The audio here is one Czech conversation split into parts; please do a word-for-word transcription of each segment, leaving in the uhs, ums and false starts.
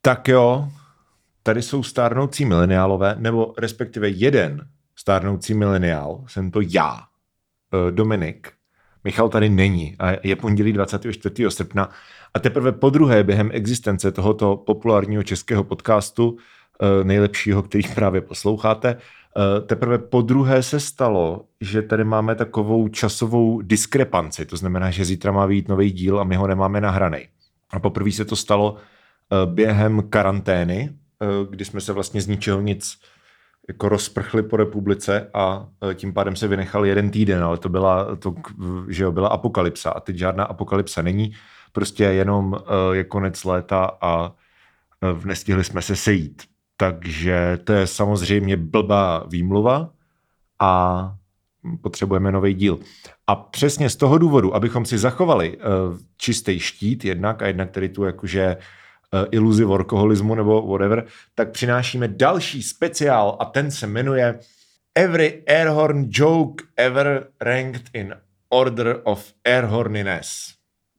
Tak jo, tady jsou stárnoucí mileniálové, nebo respektive jeden stárnoucí mileniál, jsem to já, Dominik. Michal tady není a je pondělí dvacátého čtvrtého srpna a teprve podruhé během existence tohoto populárního českého podcastu, nejlepšího, který právě posloucháte, teprve podruhé se stalo, že tady máme takovou časovou diskrepanci, to znamená, že zítra má vyjít nový díl a my ho nemáme nahranej. A poprvé se to stalo během karantény, kdy jsme se vlastně z ničeho nic jako rozprchli po republice a tím pádem se vynechal jeden týden, ale to byla, to, že jo, byla apokalypsa a teď žádná apokalypsa není, prostě jenom je konec léta a nestihli jsme se sejít. Takže to je samozřejmě blbá výmluva a potřebujeme nový díl. A přesně z toho důvodu, abychom si zachovali čistý štít jednak a jednak tedy tu jakože iluzi workoholismu nebo whatever, tak přinášíme další speciál a ten se jmenuje Every Airhorn Joke Ever Ranked in Order of Airhorniness.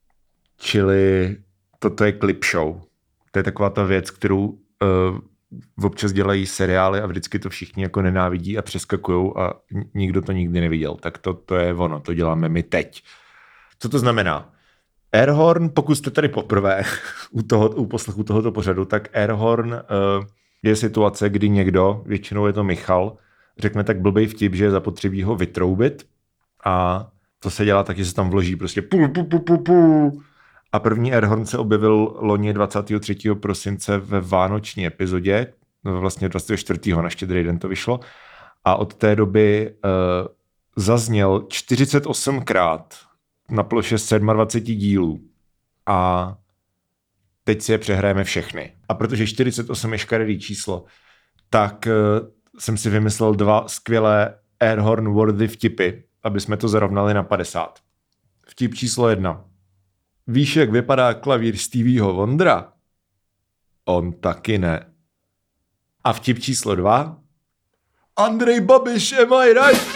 Čili toto je clip show. To je taková ta věc, kterou uh, občas dělají seriály a vždycky to všichni jako nenávidí a přeskakujou a nikdo to nikdy neviděl. Tak to, to je ono, to děláme my teď. Co to znamená? Airhorn, pokud jste tady poprvé u, toho, u poslechu tohoto pořadu, tak Airhorn uh, je situace, kdy někdo, většinou je to Michal, řekne tak blbej vtip, že je zapotřebí ho vytroubit a to se dělá tak, že se tam vloží prostě pu, pu, pu, pu, pu. A první Airhorn se objevil loni dvacátého třetího prosince ve vánoční epizodě, vlastně dvacátého čtvrtého na Štědrý den to vyšlo a od té doby uh, zazněl čtyřicet osmkrát na ploše dvacet sedm dílů a teď si je přehrajeme všechny. A protože čtyřicet osm je škaredý číslo, tak uh, jsem si vymyslel dva skvělé Airhorn worthy vtipy, aby jsme to zarovnali na padesát. Vtip číslo jedna. Víš, jak vypadá klavír Stevieho Wondera? On taky ne. A vtip číslo dva. Andrej Babiš, am I right?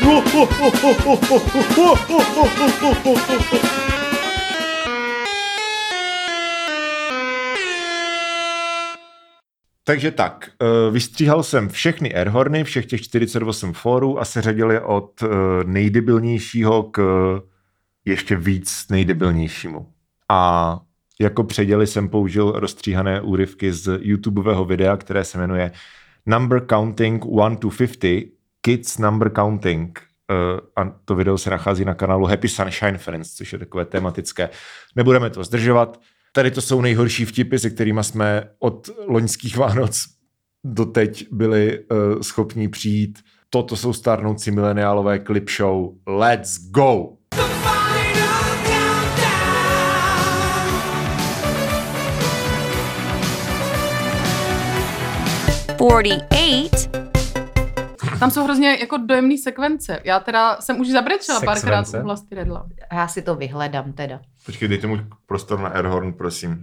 Takže tak, vystříhal jsem všechny Airhorny, všech těch čtyřicet osm fórů a seřadil je od nejdebilnějšího k ještě víc nejdebilnějšímu. A jako předěly jsem použil rozstříhané úryvky z YouTubeového videa, které se jmenuje Number Counting one to fifty, Kids Number Counting. Uh, a to video se nachází na kanálu Happy Sunshine Friends, což je takové tematické. Nebudeme to zdržovat. Tady to jsou nejhorší vtipy, se kterými jsme od loňských Vánoc doteď byli uh, schopni přijít. Toto jsou stárnoucí mileniálové clip show. Let's go! forty-eight. Tam jsou hrozně jako dojemný sekvence. Já teda jsem už zabrečela párkrát u Vlasti Redla. Já si to vyhledám teda. Počkej, dejte mu prostor na Airhorn, prosím.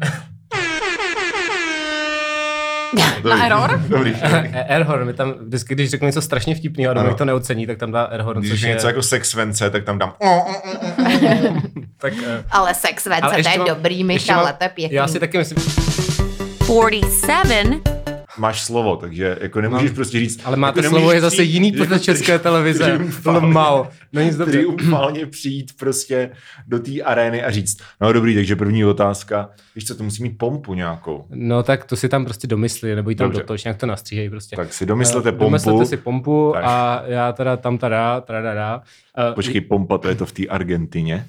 Na Airhorn? Dobrý. Airhorn, my tam vždycky, když řeknu něco strašně vtipného a Dominik to neocení, tak tam dá Airhorn. Když je něco jako sexvence, tak tam dám... tak, ale sexvence, to je dobrý, Michale, to je pěkný. Já si taky myslím... forty-seven. Máš slovo, takže jako nemůžeš no, prostě říct... Ale máte jako slovo, je zase jiný podle České televize. Mal. No nic dobře. Triumfálně přijít prostě do té arény a říct, no dobrý, takže první otázka, víš co, to musí mít pompu nějakou. No tak to si tam prostě domyslí, nebo ji tam dotoč, nějak to nastříhej prostě. Tak si domyslete pompu. Domyslete si pompu tak. A já teda tam tada, tradada. Uh, Počkej, pompa, to je to v té Argentině.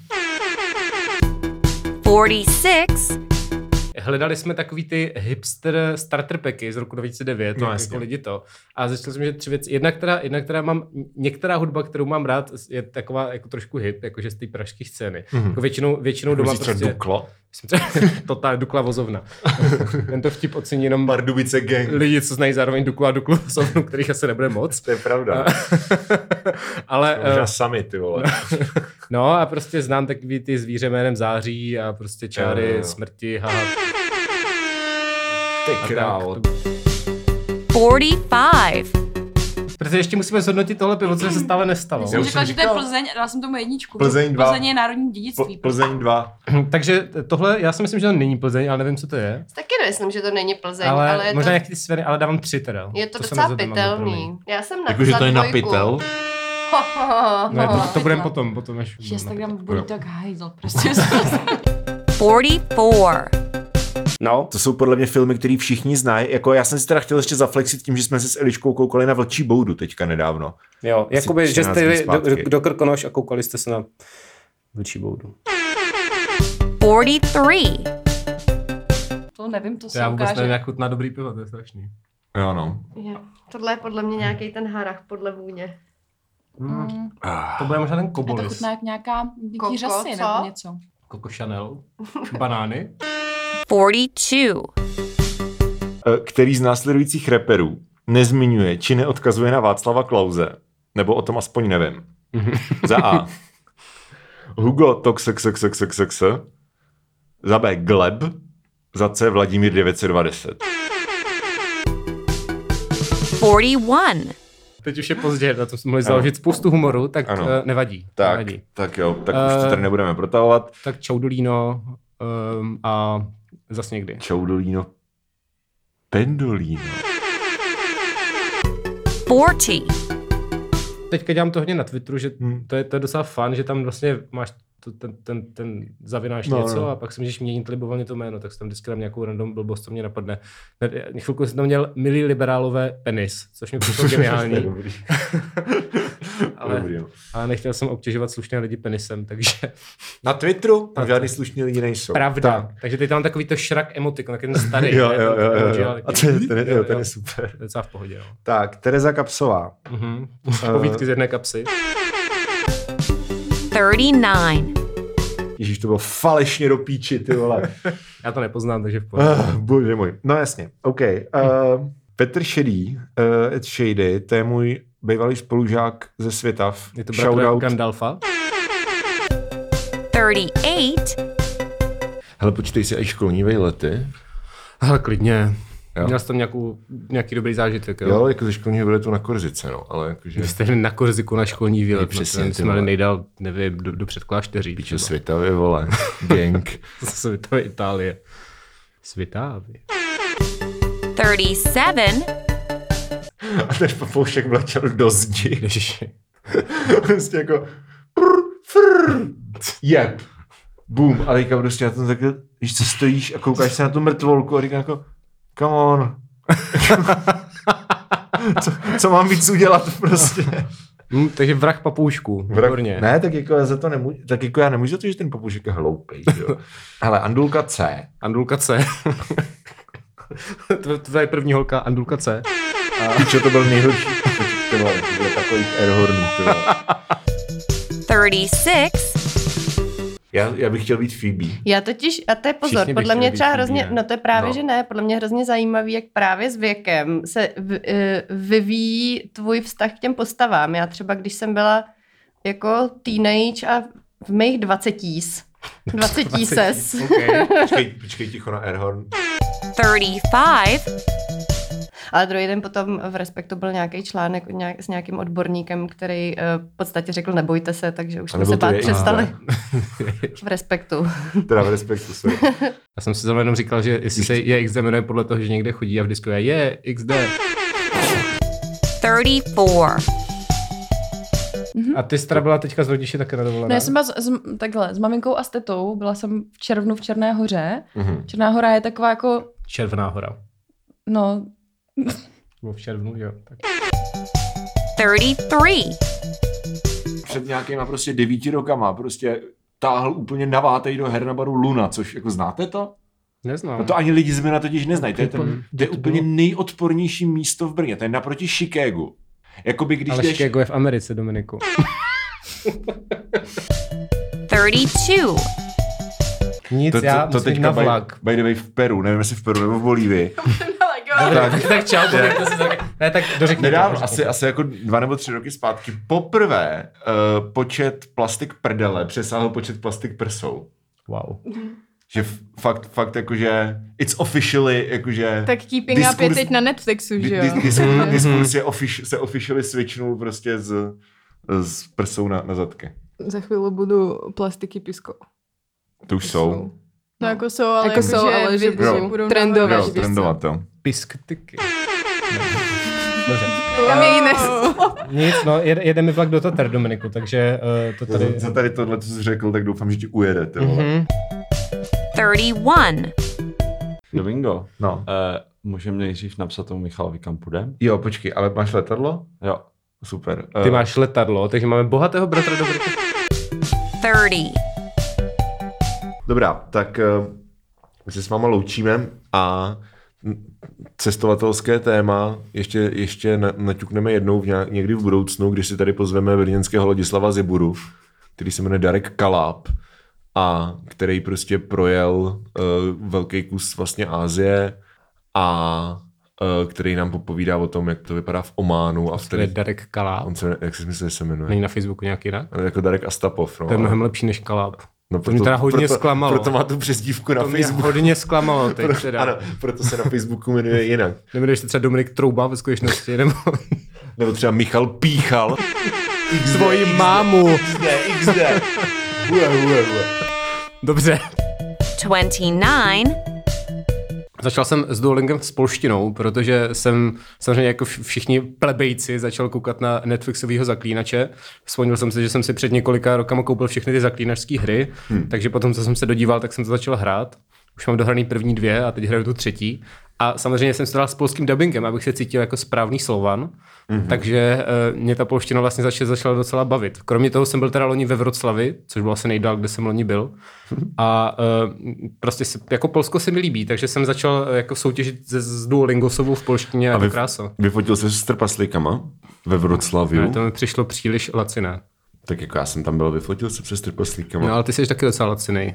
forty-six. Hledali jsme takový ty hipster starter packy z roku dva tisíce devět, no, jako lidi to. A začali jsme, že tři věci. Jedna, která, jedna, která mám, některá hudba, kterou mám rád, je taková jako trošku hip, jakože z té pražské scény. Mm-hmm. Jako většinou, většinou doma prostě... Dukla? Totál Dukla vozovna. Tento vtip ocení jenom Pardubice gang. Lidi, co znají zároveň Duklu a Duklu vozovnu, kterých asi nebude moc. To je pravda. Ale možná uh, sami, ty vole. No a prostě znám takový ty zvíře jménem září a prostě čáry, uh. smrti, haha. Ty král. forty-five. Protože ještě musíme zhodnotit tohle pivo, co se stále nestalo. Já jsem říkala, že to je Plzeň, dala jsem tomu jedničku. Plzeň dva. Plzeň je národní dědictví. Plzeň dva. Takže tohle, já si myslím, že to není Plzeň, ale nevím, co to je. Taky nemyslím, že to není Plzeň, ale, ale je možná to... nějaký ty Sveny, ale dávám tři teda. Je to, to docela pitelný. Já jsem na Jakože to je na pytel? Ne, to, to budeme potom, potom až... Že tak tam budu tak hajzl, prostě. forty-four. No. To jsou podle mě filmy, které všichni znají. Jako já jsem si teda chtěl ještě zaflexit tím, že jsme se s Eliškou koukali na Vlčí boudu teďka nedávno. Jo, jakoby, že jste jeli do, do Krkonoš a koukali jste se na Vlčí boudu. forty-three. To nevím, to se já vůbec ukáže. nevím, jak chutná dobrý pivo, to je strašný. Jo, no. Je. Tohle je podle mě nějaký ten harach podle vůně. Mm. To bude možná ten A to kobolis. chutná jak nějaká Koko, dětí řasy co? nebo něco. Coco Chanel. Banány. forty-two. Který z následujících reperů nezmiňuje či neodkazuje na Václava Klause? Nebo o tom aspoň nevím. Za A. Hugo Toxxxxxx. Za B. Gleb. Za C. Vladimír devět set dvacet. forty-one. Teď už je pozdě, na tom jsme mohli založit spoustu humoru, tak uh, nevadí. Tak, nevadí. tak jo, tak uh, už to tady nebudeme protahovat. Tak Čaudolíno um, a zas někdy. Čaudolíno. Pendolíno. forty. Teďka dělám to hodně na Twitteru, že hmm. to, je, to je docela fun, že tam vlastně máš to, ten, ten, ten zavináš no, něco no. a pak si můžeš měnit libovolně to jméno, tak si tam vždycky dám nějakou random blbost, co mě napadne. Chvilku jsem tam měl milý liberálové penis, což mi přišlo geniální. ale, ale nechtěl jsem obtěžovat slušné lidi penisem, takže... Na Twitteru tam žádný slušní lidi nejsou. Pravda. Tak. Takže teď tam takový to Shrek emotikon, takový ten starý. jo, ne, jo, jo, jo, ten, jo. A ten, ten, jo, ten je super. To je docela v pohodě, jo. Tak, Tereza Kapsová. Uh-huh. Povídky z jedné kapsy. thirty-nine. Ježíš, to bylo falešně do píči, ty vole. Já to nepoznám, takže v pohodě. Uh, bože můj. No jasně, OK. Uh, Petr Šedý, uh, Ed Shady, to je můj bývalý spolužák ze Světav. Je to bratr Gandalfa. thirty-eight. Hele, počítej si i školní vejlety. Hele, klidně. Jo. Měl jsi tam nějakou, nějaký dobrý zážitek, jo? Jo, jako ze školního výletu na Korzice, no, ale jakože... Vy jste jeli na Korziku na školní výlet, přesně, no, jsme nejdál, nevím, do, do předklášteří. Píče Svitavy, vole, gang. Svitavy Itálie. Svitavy. thirty-seven. A ten papoušek vlečel do zdi. Ježiši. Prostě jako... Prr, frr, jeb. Boom. A teďka prostě na tom takhle, víš co, stojíš a koukáš se na tu mrtvolku a říká jako, come on. co, co mám víc udělat prostě? Hmm, takže vrah papoušků, výborně. Ne, tak jako já za to nemůžu, tak jako já nemůžu za to, že ten papoušek je hloupej, jo. Hele, Andulka C. Andulka C. to, to je první holka, Andulka C. A čo to byl nejhorší? Ty vole, to bylo takových airhornů, ty vole. thirty-six. Já, já bych chtěl být Phoebe. Já totiž, a to je pozor, Všichni podle mě třeba Phoebe, hrozně, ne? no to je právě, No. že ne, podle mě hrozně zajímavý, jak právě s věkem se v, eh, vyvíjí tvůj vztah k těm postavám. Já třeba, když jsem byla jako teenage a v mých dvacetís, dvacetíses. Okay. Počkej, počkej ticho na airhorn. thirty-five. Ale druhý den potom v Respektu byl nějaký článek nějak, s nějakým odborníkem, který uh, v podstatě řekl nebojte se, takže už jsme se bát přestali v Respektu. Teda v Respektu, sorry. Já jsem si zrovna jenom říkal, že jestli se je X D jmenuje podle toho, že někde chodí a v disku je je X D. thirty-four. A ty jsi teda byla teďka z rodiče také na dovolené? No, já jsem byla s, s, takhle, s maminkou a s tetou, byla jsem v červnu v Černé hoře. Mhm. Černá hora je taková jako, Červená hora. no... Bylo v červnu, jo. Tak. thirty-three. Před nějakýma prostě devíti rokama prostě táhl úplně navátej do her na baru Luna, což jako znáte to? Neznám. No to ani lidi z Brna totiž neznají. To je, ten, to je to úplně bylo? nejodpornější místo v Brně. To je naproti Chicagu. Jakoby když Ale jdeš... Chicago je v Americe, Dominiku. thirty-two. Nic, To, to, já to musím teďka na by, vlak. by the way v Peru, nevím jestli v Peru nebo v Bolívii. Tak, tak, tak čau, pověďte si tak. Ne, tak dořekni. Nedávno, to, asi, asi jako dva nebo tři roky zpátky, poprvé uh, počet plastik prdele přesáhl počet plastik prsou. Wow. Že f- fakt, fakt jakože it's officially, jakože... Tak Keeping Up je teď na Netflixu, že jo? Dis, dis, diskurs je offic, se officially switchnul prostě z, z prsou na, na zadky. Za chvíli budu plastiky pisko. To už jsou. No jako jsou, ale Jako jako, jsou, že, ale že budou budou trendové. Jo, víš co. trendovat to. Pisktyky. Dobře. Tam je jiné. Nic, no, jede, jedeme vlak do Tater, Dominiku, takže uh, to tady... Za tady tohle, co jsi řekl, tak doufám, že ti ujede, ty vole. Mm-hmm. thirty-one, Domingo, No. uh, můžeme nejdřív napsat tomu Michalovi, kam půjdem? Jo, počkej, ale máš letadlo? Jo. Super. Ty Uh, máš letadlo, takže máme bohatého bratra Dominika. thirty, Dobrá, tak uh, my se s váma loučíme a cestovatelské téma ještě, ještě na, naťukneme jednou v nějak, někdy v budoucnu, když si tady pozveme brněnského Ladislava Ziburu, který se jmenuje Darek Kaláb a který prostě projel uh, velký kus vlastně Asie a uh, který nám popovídá o tom, jak to vypadá v Ománu. A v To je který, Darek Kaláb. on se, jak si myslíš, že se jmenuje? Není na Facebooku nějaký jinak? Jako Darek Astapov. No, To je ale- mnohem lepší než Kaláb. no, To mě teda hodně proto, zklamalo. Proto má tu přezdívku na To mě Facebooku. hodně zklamalo teď Pro, teda. ano, proto se na Facebooku jmenuje jinak. Neměli třeba Dominik Trouba ve skutečnosti, nebo Nebo třeba Michal Píchal. svoji mámu. X D, X D. Hue, hue, hue. Dobře. twenty-nine, Začal jsem s Duolingem s polštinou, protože jsem samozřejmě jako všichni plebejci začal koukat na Netflixovýho Zaklínače. Vzpomněl jsem si, že jsem si před několika rokama koupil všechny ty zaklínačské hry, hmm. takže potom, co jsem se dodíval, tak jsem to začal hrát. Už mám dohraný první dvě a teď hraju tu třetí. A samozřejmě jsem se dal s polským dubbingem, abych se cítil jako správný Slovan. Mm-hmm. Takže uh, mě ta polština vlastně zač- začala docela bavit. Kromě toho jsem byl teda loni ve Vroclavi, což bylo asi nejdál, kde jsem loni byl. A uh, prostě se, jako Polsko se mi líbí, takže jsem začal uh, jako soutěžit s, s Duolingosovou v polštině jako krása. Vyfotil jsi s trpaslíkama ve Vroclaviu? Ne, to mi přišlo příliš laciné. Tak jako já jsem tam byl, vyfotil se přes trpaslíkama. No ale ty jsi taky docela lacinej.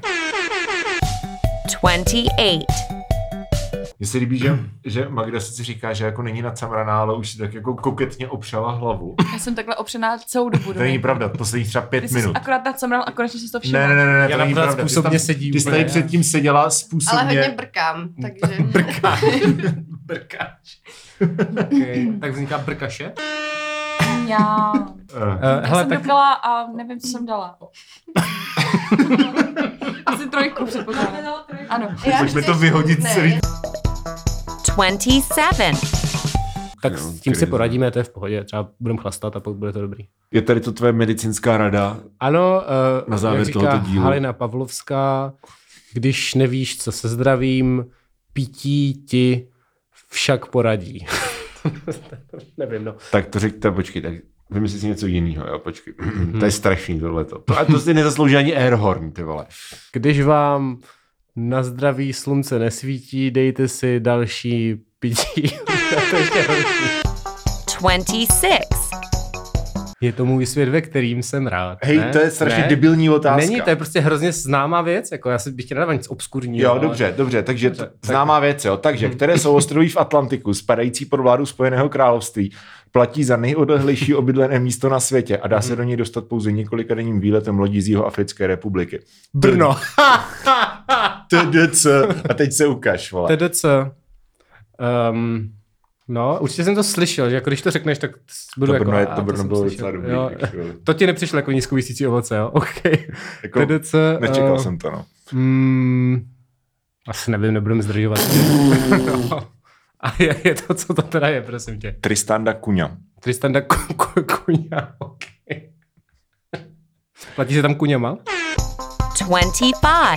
twenty-eight, Mně se líbí, že, že Magda si říká, že jako není nacamraná, ale už si tak jako koketně opřela hlavu. Já jsem takhle opřená celou dobu. To není pravda, posledních třeba pět Ty jsi minut. akorát nacamral a konečně jsi to všiml. Ne, ne, ne, ne, to Já není například pravda. Ty jsi způsobně tam- sedí Ty jsi úplně, tady předtím seděla způsobně... Ale hodně brkám, takže... Brkáč. Okay. Tak vzniká brkaše? Já, Uh, já hele, jsem tak- dopila a nevím, co jsem dala. Asi trojku předpokládám. Ano. Já Pojďme chci to vyhodit ne, celý. twenty-seven, Tak Jo, s tím si krize. poradíme, to je v pohodě. Třeba budeme chlastat a pak bude to dobrý. Je tady to tvoje medicínská rada? Ano, uh, Na závěr jak říká tohoto dílu. Halina Pavlovská, když nevíš, co se zdravím, pití ti však poradí. Nevím, no. Tak to řekte, počkej, tak vymyslí si něco jiného, jo, počkej. To je strašný tohleto. To, a to si nezaslouží ani Airhorn, ty vole. Když vám na zdraví slunce nesvítí, dejte si další pití. To je ještě horší. twenty-six, Je to můj svět, ve kterým jsem rád. Hej, ne? to je strašně Ne? debilní otázka. Není, to je prostě hrozně známá věc, jako já si bych chtěl dávat nic obskurního. Jo, ale- dobře, dobře, takže Dobře, t- tak- známá věc, jo. Takže, které jsou ostroví v Atlantiku, spadající pod vládu Spojeného království, platí za nejodlehlejší obydlené místo na světě a dá se do něj dostat pouze několika denním výletem lodí z Jihoafrické republiky. Brno. T D C. A teď se ukaž, vole. T D C. Um, no, určitě jsem to slyšel, že jako když to řekneš, tak budu To jako... Brno, je, a, to Brno jsem bylo slyšel. docela dobrý. Jo. actually. To ti nepřišlo jako nízkovisící ovoce, jo? OK. Jako, T D C. Nečekal uh, jsem to, no. Mm, asi nevím, nebudeme zdržovat. No. A je, je to, co to teda je, prosím tě. Tristan da Cunha. Tristan da Cu- Cu- Cunha, OK. Platí se tam kuňama? twenty-five,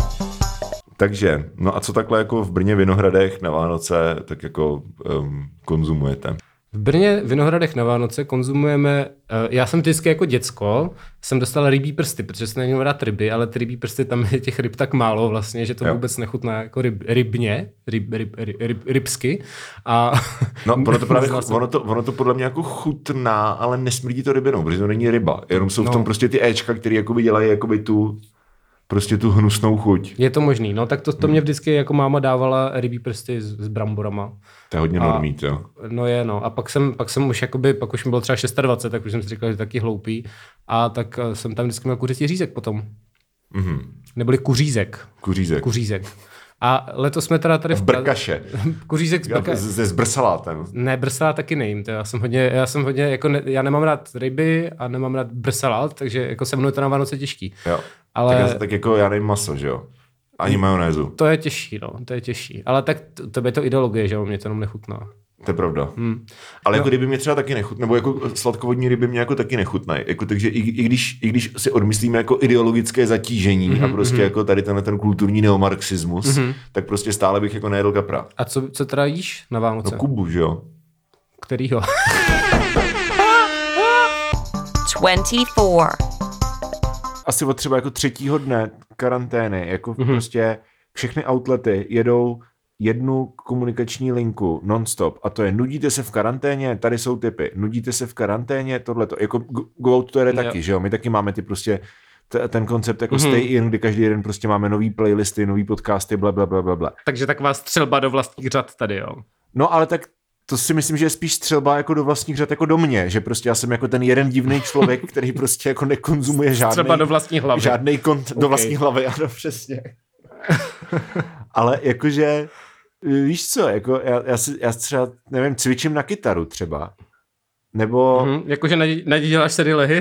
Takže, no a co takhle jako v Brně Vinohradech na Vánoce tak jako um, konzumujete? V Brně v Vinohradech na Vánoce konzumujeme, uh, já jsem vždycky jako děcko, jsem dostal rybí prsty, protože jsem neměl rád ryby, ale ty rybí prsty, tam je těch ryb tak málo vlastně, že to Jo. vůbec nechutná jako ryb, rybně, ryb, ryb, ryb, ryb, rybsky. A No, ono to právě, Neznal jsem- ono to, ono to podle mě jako chutná, ale nesmrdí to rybinou, protože to není ryba. Jenom jsou v No. tom prostě ty éčka, které jakoby dělají jakoby tu, prostě tu hnusnou chuť. Je to možný, no tak to, to mě vždycky jako máma dávala rybí prsty s, s bramborama. To je hodně A- normý, jo. No je, no. A pak jsem, pak jsem už jakoby, pak už mi bylo třeba dvacet šest, tak už jsem si říkal, že taky hloupý. A tak eh, jsem tam vždycky měl kuřecí řízek potom. Mhm. Neboli kuřízek. Kuřízek. Kuřízek. A letos jsme teda tady V Praze- Brkaše. Kuřízek z Brka... Se zbrsalátem. Ne, brsalát taky nejím. To já jsem hodně, já jsem hodně, jako ne, já nemám rád ryby a nemám rád brsalát, takže jako se mnou je to na Vánoce těžký. Jo. Ale Tak, já, tak jako já nejím maso, že jo. Ani majonézu. To je těžší, no, to je těžší. Ale tak to, tebe je to ideologie, že jo, mě to jenom nechutná. To je pravda. Hmm. Ale no. jako ryby mě třeba taky nechutná, nebo jako sladkovodní ryby mě jako taky nechutnají. Jako, takže i, i, když, i když si odmyslíme jako ideologické zatížení mm-hmm, a prostě mm-hmm. jako tady tenhle ten kulturní neomarxismus, mm-hmm. tak prostě stále bych jako nejedl kapra. A co, co teda jíš na Vánoce? No Kubu, že jo? Kterýho? twenty-four. Asi od třeba jako třetího dne karantény, jako mm-hmm. prostě všechny outlety jedou jednu komunikační linku non-stop a to je nudíte se v karanténě, tady jsou tipy, nudíte se v karanténě, tohleto, jako Go Out to jede taky, že jo, my taky máme ty prostě t- ten koncept jako mm-hmm. stay in, kdy každý den prostě máme nový playlisty, nový podcasty, bla, bla, bla, bla, bla. Takže taková střelba do vlastních řad tady, jo. No ale tak to si myslím, že je spíš střelba jako do vlastních řad, jako do mě, že prostě já jsem jako ten jeden divný člověk, který prostě jako nekonzumuje žádný... Střelba do vlastní hlavy. Žádnej kont okay. do vlastní hlavy, ano, přesně. Ale jakože, víš co, jako já, já, si, já třeba, nevím, cvičím na kytaru třeba. Nebo... Mm-hmm, jakože na, na děláš sedy lehy?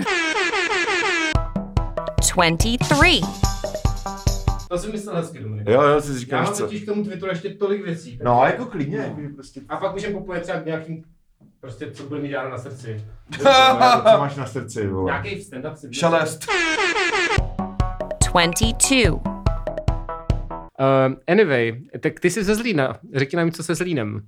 twenty-three. To si myslel hezky, Dominik. Jo, jo, si říkáš, co? Já mám totiž k tomu Twitteru ještě tolik věcí. No, jako klidně. Jako prostě... A pak můžeme popojet třeba k nějakým, prostě, co bude mít Járo na srdci. Co máš na srdci, vole? Nějaký stand-up si Šelest. twenty-two. Uh, anyway, tak ty jsi ze Zlína. Řekni nám, co se Zlínem.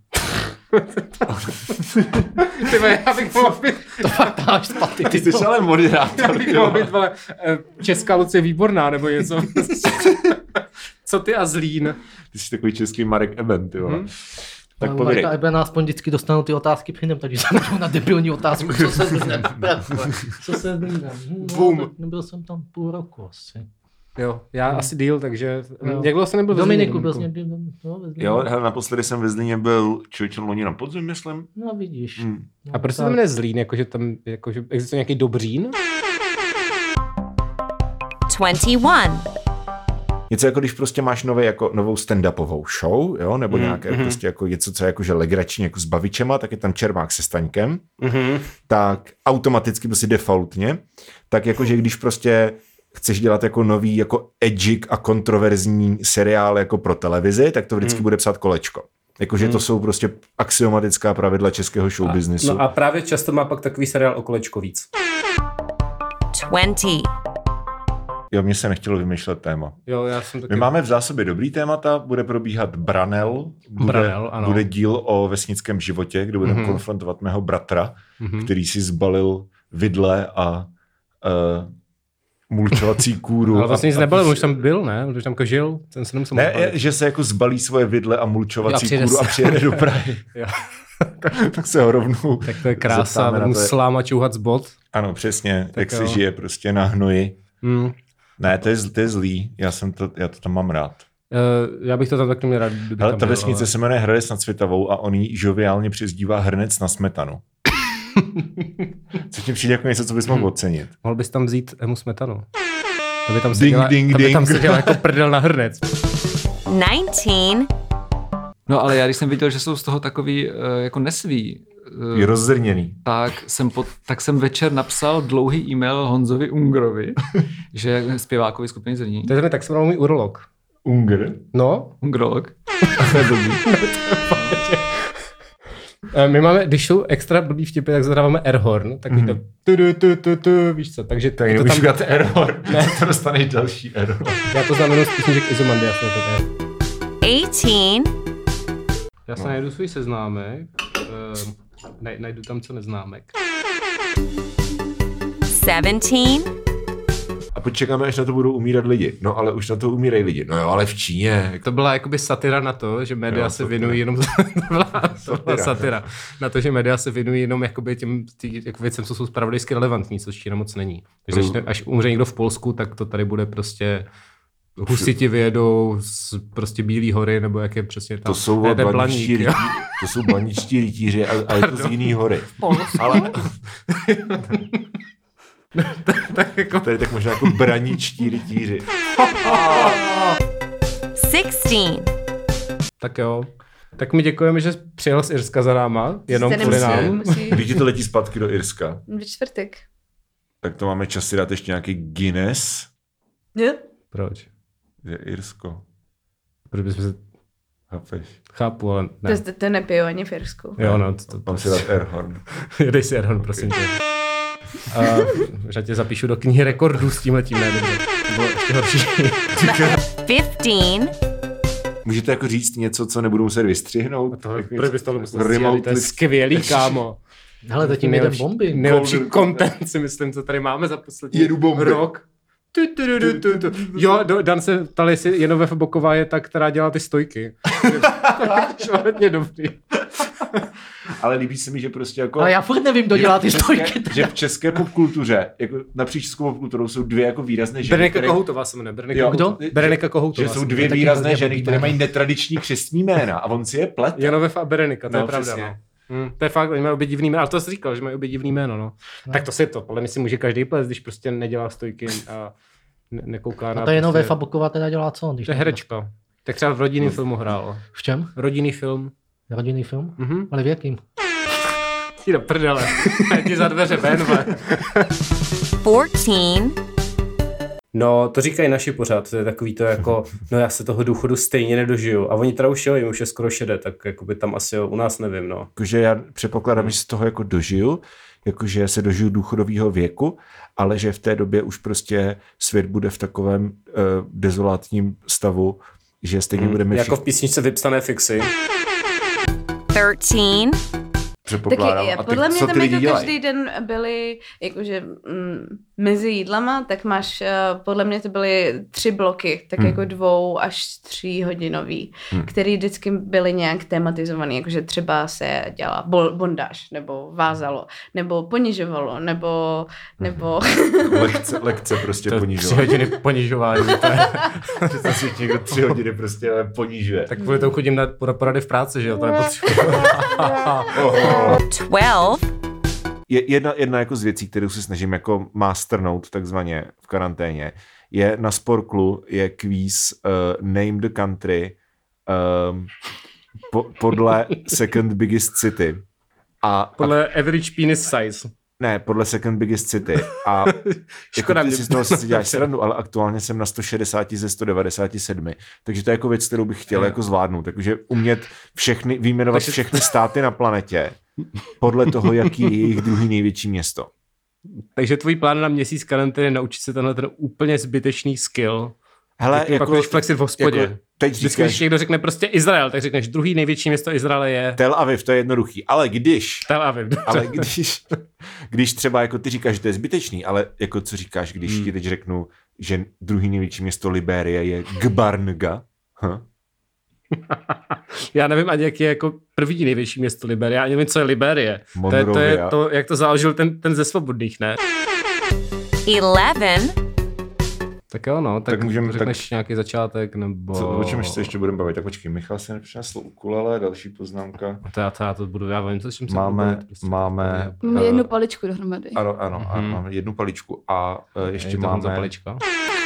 Tyhle, já bych mohl být... To fakt dáš spaty. Ty jsi ale moderátor. Já bych mohl být, vole, Česká Lucie Výborná, nebo něco. Co ty a Zlín? Ty jsi takový český Marek Eben, ty vole. Hmm. Tak povědej. Marka Ebena aspoň vždycky dostanou ty otázky předem, takže jsem na debilní otázku, co se Zlínem. Co se Zlínem? No, nebyl jsem tam půl roku asi. Jo, já hmm. asi díl, takže... No. Jak dlouho jsem nebyl ve Zlíně? Dominiku byl jsi někdy no, ve Zlíně. Jo, hele, naposledy jsem ve Zlíně byl člověče loni na podzim, myslím. No vidíš. Hmm. No, a proč se to jmenuje Zlín? Jakože tam jakože existuje nějaký Dobřín? twenty-one. Něco jako když prostě máš nový, jako, novou stand-upovou show, jo, nebo mm, nějaké mm. prostě jako něco, co je jakože legrační, jako s bavičema, tak je tam Čermák se Staňkem, mm. tak automaticky, prostě defaultně, tak jakože když prostě chceš dělat jako nový, jako edgy a kontroverzní seriál jako pro televizi, tak to vždycky mm. bude psát Kolečko. Jakože mm. to jsou prostě axiomatická pravidla českého showbiznisu. No a právě často má pak takový seriál o Kolečko víc. twenty. Jo, mně se nechtělo vymýšlet téma. Jo, já jsem taky... My máme v zásobě dobrý témata, bude probíhat Branel, bude, Branel, ano. bude díl o vesnickém životě, kde budeme mm-hmm. konfrontovat mého bratra, mm-hmm. který si zbalil vidle a uh, mulčovací kůru. Ale vlastně nic nebalil, už tam byl, ne? Už tam žil, ten se nemusel Ne, je, že se jako zbalí svoje vidle a mulčovací jo, kůru a přijede do Prahy. Tak se ho rovnou tak to je krása, mu sláma čouhat z bod. Ano, přesně, tak jak jo. se žije prostě na hnoji. Hmm. Ne, to je, to je zlý, já, jsem to, já to tam mám rád. Uh, já bych to tam taky měl rád. Ale ta vesnice ale... se jmenuje Hradec nad Svitavou a on jí žoviálně přezdívá Hrnec na smetanu. Co ti přijde jako něco, co bys mohl ocenit? Mohl bys tam vzít Emu Smetanu. To by tam ding, seděla, ding, to by ding. tam seděla jako prdel na hrnec. nineteen. No ale já když jsem viděl, že jsou z toho takový uh, jako nesví, je rozzrněný. Tak jsem, pod, tak jsem večer napsal dlouhý e-mail Honzovi Ungrovi, že je zpěvákovi skupiny Zrní. To je tak se jmenuje můj urolog. Ungr? No. Ungrolog. To je blbý. My máme, když jsou extra blbý vtipy, tak zadáváme airhorn, tak mm. to tu, tu, tu, tu, tu, víš co, takže to je to tam... dát airhorn, ne, to dostaneš další airhorn. Já to znamenám spíš že k Izomandias. eighteen. Já se no. najdu svůj seznámek. Uh, naj, najdu tam, co neznámek. seventeen. A počekáme, až na to budou umírat lidi. No ale už na to umírají lidi. No jo, ale v Číně. To byla jakoby satira na to, že média jo, se věnují jenom... to byla satira. satira. Na to, že média se věnují jenom jakoby těm tý, jako věcem, co jsou zpravodajsky relevantní, což Čína moc není. Takže až, až umře někdo v Polsku, tak to tady bude prostě... Husiti vyjedou z prostě Bílý hory, nebo jak je přesně tam. To jsou ne, blaničtí rytí, to jsou blaničtí rytíři a, a je to z jiný hory. Ale... tak jako... Tady tak možná jako braničtí rytíři. sixteen. Tak jo. Tak mi děkujeme, že jsi přijel z Irska za náma, jenom kvůli nám. Kdy ti to letí zpátky do Irska? V čtvrtek. Tak to máme čas si dát ještě nějaký Guinness. Ne? Proč? Je Irsko. Proč bychom se... Chápeš? Chápu, ale ne. To, to nepiju ani v Irsku. Jo, no. To, to, Mám si dát Airhorn. Dej si Airhorn, prosím tě. Uh, že tě zapíšu do knihy rekordů s tímhletím, ne? To bylo ještě horší. fifteen. Můžete jako říct něco, co nebudu muset vystřihnout? Proč bys to musel stříhat? To je skvělý, kámo. Hele, zatím jde bomby. Nejlepší content si myslím, co tady máme za poslední rok. Tu, tu, tu, tu, tu. Jo, Dan se ptal, jestli Jenové Boková je ta, která dělá ty stojky. Švaletně dobrý. Ale líbí se mi, že prostě jako... Ale já furt nevím, kdo dělá ty stojky. Že v české popkultuře, jako napříč českou popkulturou jsou dvě jako výrazné ženy. Berenika které... Kohoutová se jmenuje. Berenika Kdo? Berenika Kohoutová. Že jsou dvě výrazné ženy, které mají netradiční křestní jména a on si je plete. Janovev a Berenika, to no, je pravda. No. Hmm, to je fakt, oni mají obě divný jméno, ale to jsi říkal, že mají obě divný jméno, no. no. Tak to si to, podle mě si může každý plést, když prostě nedělá stojky a ne- nekouká na... A to jenom prostě... Boková teda dělá co? Když to je herečka. Tak třeba v rodinném filmu hrála. V čem? Rodinný film. Rodinný film? Mhm. Ale v jakým? Jdi do prdele. Jdi za dveře ven, fourteen. No, to říkají naši pořád, to je takový to jako, no já se toho důchodu stejně nedožiju. A oni teda už jo, jim už je skoro šedé, tak jakoby tam asi jo, u nás nevím, no. Jakože já předpokládám, že se toho jako dožiju, jakože se dožiju důchodového věku, ale že v té době už prostě svět bude v takovém uh, dezolátním stavu, že stejně hmm, budeme jako všichni... v písničce Vypsané fixy. thirteen. Předpokládám. Taky, a ty, podle mě co tam ty jako lidi dělají? každý den byly jakože mm, mezi jídlama, tak máš, uh, podle mě to byly tři bloky, tak hmm. jako dvou až tří hodinový, hmm. který vždycky byly nějak tematizovaný, jakože třeba se dělala bol, bondáž, nebo vázalo, nebo ponižovalo, nebo... nebo... lekce, lekce prostě ponižovalo. Tři hodiny ponižování. Představ si někdo tři hodiny prostě ponižuje. Tak kvůli tomu chodím na porady v práci, že jo, to nepotřebuji. twelve. Je jedna, jedna jako z věcí, kterou se snažím jako masternout takzvaně v karanténě, je na Sporklu je kvíz uh, Name the Country um, po, podle Second Biggest City. A, podle a, Average Penis Size. Ne, podle Second Biggest City. A jako ty si z toho si děláš srandu, ale aktuálně jsem na sto šedesát ze sto devadesát sedm. Takže to je jako věc, kterou bych chtěl jako zvládnout. Takže umět všechny, vyjmenovat všechny státy na planetě podle toho, jaký je jejich druhý největší město. Takže tvůj plán na měsíc karantény je naučit se tenhle ten úplně zbytečný skill. Hele, jako, jako, pak budeš flexit v hospodě. Jako, teď Vždycky, říkáš, když někdo řekne prostě Izrael, tak řekneš druhý největší město Izraele je... Tel Aviv, to je jednoduchý. Ale když... Tel Aviv. Ale když, když třeba jako ty říkáš, že to je zbytečný, ale jako co říkáš, když hmm. ti teď řeknu, že druhý největší město Liberie je Gbarnga? Huh? Já nevím ani, jaký je jako první největší město Liberie. Já nevím, co je Liberie. To je, to je to, jak to založil ten, ten ze Svobodných, ne? eleven. Tak jo, no, tak, tak můžeme řekneš tak... nějaký začátek, nebo... Co, o čem se ještě budeme bavit? Tak počkej, Michal se nepřinesl ukulele, další poznámka. To já, to já to budu, já vím, co s čím se máme, budu bavit, prostě máme... Máme jednu paličku dohromady. Ano, ano, mm-hmm. ano, máme jednu paličku a uh, ještě je máme... Je to palička?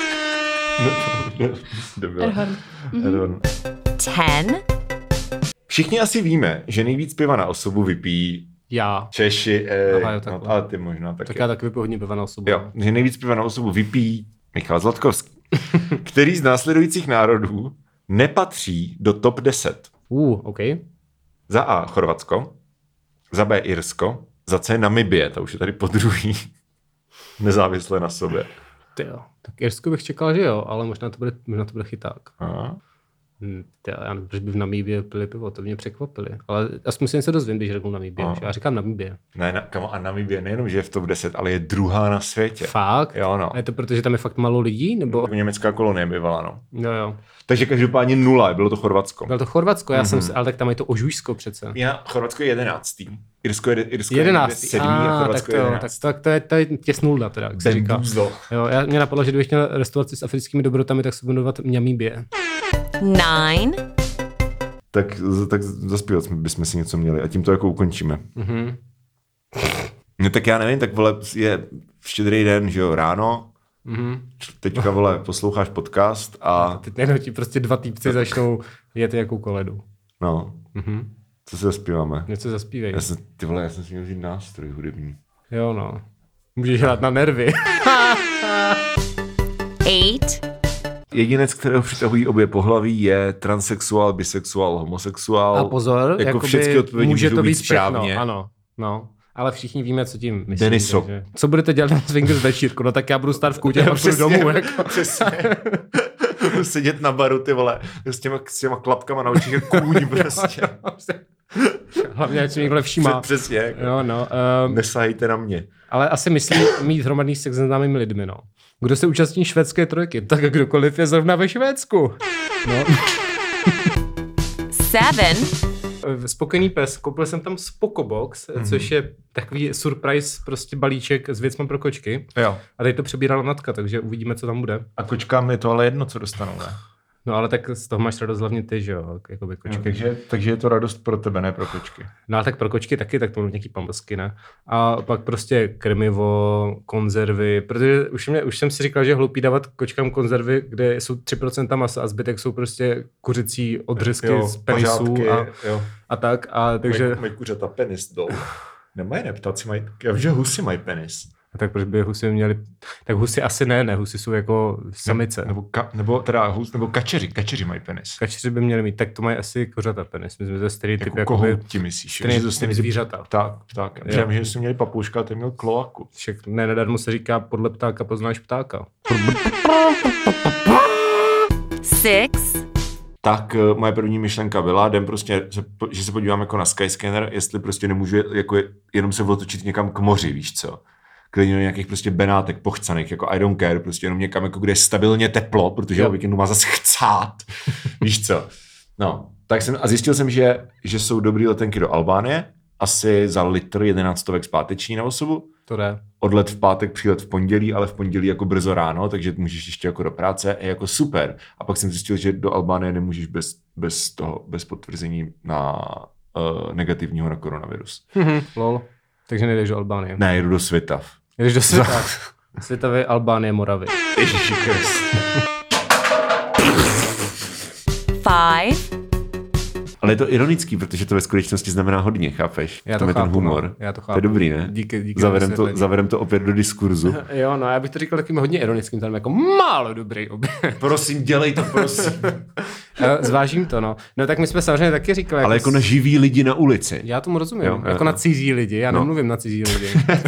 Erhorn. Mm-hmm. ten. Všichni asi víme, že nejvíc piva na osobu vypijí já. Češi, ej, Aha, jo, no, ale ty možná taky. Tak já taky vypiju hodně piva na osobu. Jo, že nejvíc piva na osobu vypijí Michal Zlatkovský, který z následujících národů nepatří do top deset. Uh, OK. Za A Chorvatsko, za B Irsko, za C Namibie, to už je tady po druhý, nezávisle na sobě. Ty jo, tak Irsko bych čekal, že jo, ale možná to bude, možná to bude chyták. Aha. Hm, já nevím, proč by v Namíbě pili pivo, to by mě překvapili. Ale aspoň si něco dozvím, když řeknu Namíbě. Já říkám Namíbě. Ne, na, kamo, a Namíbie nejenom, že je v top deset, ale je druhá na světě. Fakt? Jo, no. A je to proto, že tam je fakt málo lidí? Nebo... Německá kolonie bývala, no. Jo, jo. Takže každopádně nula, bylo to Chorvatsko. Bylo to Chorvatsko, já mm-hmm. jsem, ale tak tam je to Ožujsko přece. Já, Chorvatsko je jedenáctý. Irsko je, Irsko jedenáctý. je sedmý a Chorvatsko tak to, je tak, tak to je, to je těsnulda teda, jak se říká. Jo, já, mě napadlo, že kdybych měl restauraci s africkými dobrotami, tak se budu jmenovat Namíbie. nine. Tak, tak zaspívat bychom si něco měli a tím to jako ukončíme. Mm-hmm. No tak já nevím, tak vole, je štědrý den, že jo, ráno, mm-hmm. teďka vole, posloucháš podcast a... Teď nejenom ti prostě dva týpci začnou jet jakou koledu. No, mm-hmm. Co se zaspíváme? Něco zaspívej. Já jsem, ty vole, já jsem si měl vzít nástroj hudební. Jo no, můžeš hrát na nervy. eight. Jedinec, kterého přitahují obě pohlaví, je transexuál, bisexuál, homosexuál. A pozor, jako všechny odpovědi může to být, být správně. Všechno, ano, no. Ale všichni víme, co tím myslím. Deniso. Takže... Co budete dělat na swingers večírku? No tak já budu stát v koutě a pak půjdu domů. Jako. Přesně. Sedět na baru, ty vole, s těma, s těma klapkama na očích jako kůň prostě. Hlavně, ať si někdo všímá. Přesně. Jako. No, no, um, Nesahejte na mě. Ale asi myslí mít hromadný sex s neznámými lidmi, no. Kdo se účastní švédské trojky? Tak kdokoliv je zrovna ve Švédsku. No. Seven. Spokojený pes. Koupil jsem tam Spokobox, mm-hmm. což je takový surprise prostě balíček s věcmi pro kočky. Jo. A tady to přebírala Natka, takže uvidíme, co tam bude. A kočkám je to ale jedno, co dostanou, ne? No ale tak z toho máš radost hlavně ty, že jo, jakoby kočky. No, takže, takže je to radost pro tebe, ne pro kočky. No a tak pro kočky taky, tak to budou nějaký pamlsky, ne? A pak prostě krmivo, konzervy, protože už, mě, už jsem si říkal, že je hloupý dávat kočkám konzervy, kde jsou tři procenta masa a zbytek jsou prostě kuřecí odřezky jo, z penisů a, jo. a tak. A takže... Mají, mají kuřata penis dolů. Nemají, ne, ptáci mají, já vím, že husy mají penis. A tak proč by husy měli, tak husy asi ne, ne, husy jsou jako samice. Nebo, ka, nebo teda hus, nebo kačeři, kačeři mají penis. Kačeři by měli mít, tak to mají asi kořata penis. My jsme to stereotyp jako kohouti myslíš, že to jsou zvířata. Pták, pták. Já vím, že jsme měli papouška a ten měl kloaku. Však ne, nedarmo se říká, podle ptáka poznáš ptáka. Six. Tak uh, moje první myšlenka byla, jdem prostě, že se podívám jako na Skyscanner, jestli prostě nemůžu jako jenom se otočit někam k moři, víš co? Klidně nějakých prostě Benátek pochcaných, jako I don't care, prostě jenom někam, jako kde je stabilně teplo, protože o víkendu má zase chcát, víš co. No, tak jsem, a zjistil jsem, že, že jsou dobrý letenky do Albánie, asi za litr jedenáctovek zpáteční na osobu. To jde. Odlet v pátek, přílet v pondělí, ale v pondělí jako brzo ráno, takže můžeš ještě jako do práce, je jako super. A pak jsem zjistil, že do Albánie nemůžeš bez, bez toho, bez potvrzení na uh, negativního na koronavirus. Mm-hmm. Lol. Takže nejdeš do Albánie. Ne, jdu do Svitav. Jdeš do Svitav. Svitavy, Albánie, Moravy. Ježiši Krist. Five. Ale je to ironický, protože to ve skutečnosti znamená hodně, chápeš? Já to Tam je chápu, ten humor. No. Já to chápu. To je dobrý, ne? Díky, díky. Zavedem to, zavedem to opět do diskurzu. Jo, no já bych to říkal takým hodně ironickým, tam jako málo dobrý oběd. Prosím, dělej to, prosím. Zvážím to, no. No tak my jsme samozřejmě taky říkali. Ale jako, jako na živý lidi na ulici. Já tomu rozumím. Jo, jako jo. na cizí lidi, já no. nemluvím na cizí lidi.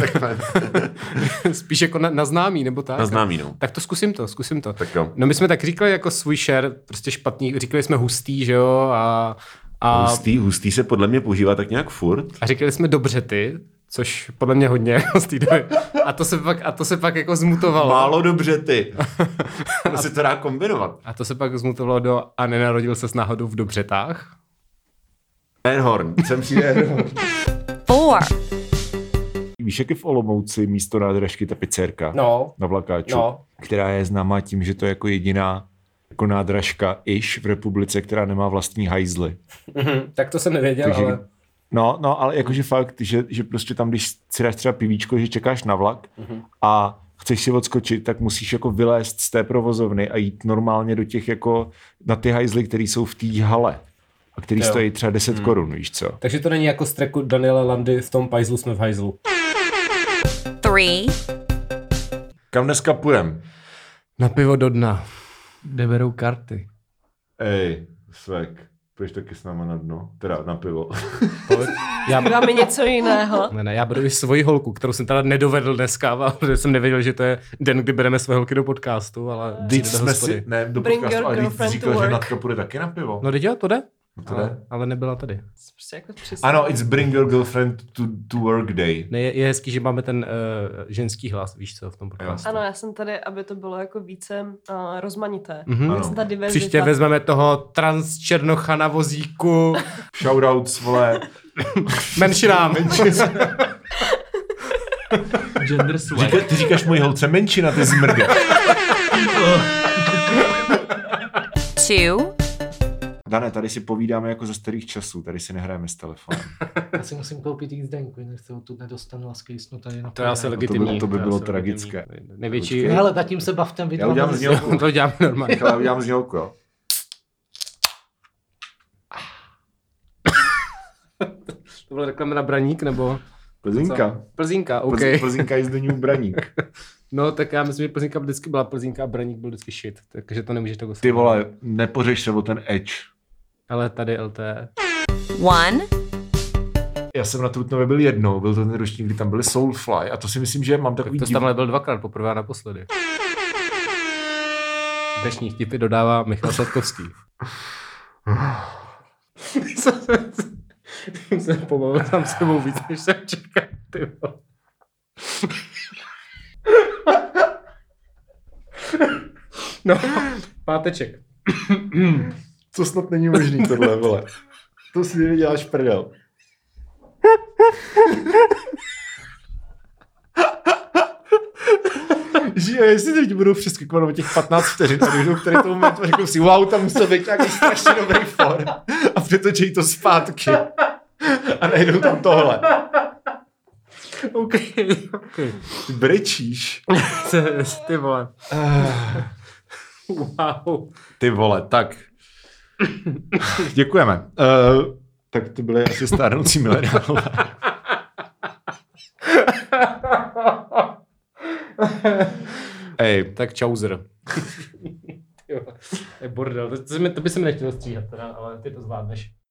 Spíš jako na, na známý, nebo tak. Na známý, no. Tak to zkusím to, zkusím to. Tak jo. No my jsme tak říkali jako svůj share, prostě špatný, říkali jsme hustý, že jo, a A... Hustý, hustý se podle mě používá tak nějak furt. A říkali jsme dobře ty, což podle mě hodně z té doby. A to se pak, a to se pak jako zmutovalo. Málo dobře ty. To se to dá kombinovat. A to se pak zmutovalo do a nenarodil se s náhodou v Dobřetách. Einhorn, jsem přijde Einhorn. Four. Víš, jak je v Olomouci místo nádražky ta pizzerka? No. Na Vlakáču. No. Která je známá tím, že to je jako jediná jako nádražka ish v republice, která nemá vlastní hajzly. Mm-hmm, tak to jsem nevěděl, Takže, ale... No, no, ale jakože fakt, že, že prostě tam, když si dáš třeba pivíčko, že čekáš na vlak mm-hmm. a chceš si odskočit, tak musíš jako vylézt z té provozovny a jít normálně do těch jako na ty hajzly, které jsou v té hale a který jo. stojí třeba deset hmm. korun, víš co? Takže to není jako z tracku Daniela Landy v tom pajzlu jsme v hajzlu. Three. Kam dneska půjdem? Na pivo do dna. Kde berou karty? Ej, Svek, půjdeš taky s náma na dno? Teda na pivo. Já dáme něco jiného. Ne, ne, já budu i svoji holku, kterou jsem teda nedovedl dneska, protože jsem nevěděl, že to je den, kdy bereme své holky do podcastu, ale Teď jsme si, ne, do Bring podcastu, ale když říkal, že Natka půjde taky na pivo. No teď jo, to jde. No to ale, jde. ale nebyla tady. Jako ano, it's bring your girlfriend to, to work day. Ne, je, je hezký, že máme ten uh, ženský hlas, víš co, v tom podcastu. Ano, já jsem tady, aby to bylo jako více uh, rozmanité. Mm-hmm. Jsem ta diverzita. Příště vezmeme toho trans černocha na vozíku. Shoutouts, vole. Menšinám. Gender swag. Říka, ty říkáš mojí holce menšina, ty zmrde. Two. Dane, tady si povídáme jako ze starých časů, tady si nehrajeme s telefonem. Já si musím koupit jízdenku, jinak se ho tu nedostanu a skejsnu tady na To je asi legitimní. To by, to by bylo tragické. Největší... Hele, zatím se bavtem Já udělám znělku. To děláme normálně. Já udělám znělku, jo. To byla reklama na braník, nebo... Plzínka. Co? Plzínka, OK. Plz, Plzínka is the new Braník. No, tak já myslím, že Plzínka vždycky byla Plzínka a Braník byl vždycky shit, takže to nemůžeš tak Ty vole, nepořeš se o ten edge. Ale tady L T. One. Já jsem na Trutnově byl jednou, byl to ten ročník, kdy tam byly Soulfly a to si myslím, že mám takový... Tak to div... tam nebyl dvakrát, poprvé a naposledy. Dnešní vtipy dodává Michal Sadkovský. Jsem se pobavil sám sebou víc, než jsem čekal, ty vole. No, páteček. Co snad není možný tohle, vole. To si neděláš prdel. Že jestli teď budou přeskakovat o těch patnáct vteřin a dojdou k tady tomu momentu a řeknou si, wow, tam musel být nějaký strašně dobrý for a přetočí to zpátky a najdou tam tohle. OK, OK. Ty brečíš. Ty vole. Wow. Ty vole, tak. Děkujeme. Uh, tak to byly asi stárnoucí mileniálové. Ej, tak čauzer. Jo, je bordel. To, to by se mi nechtělo stříhat, teda, ale ty to zvládneš.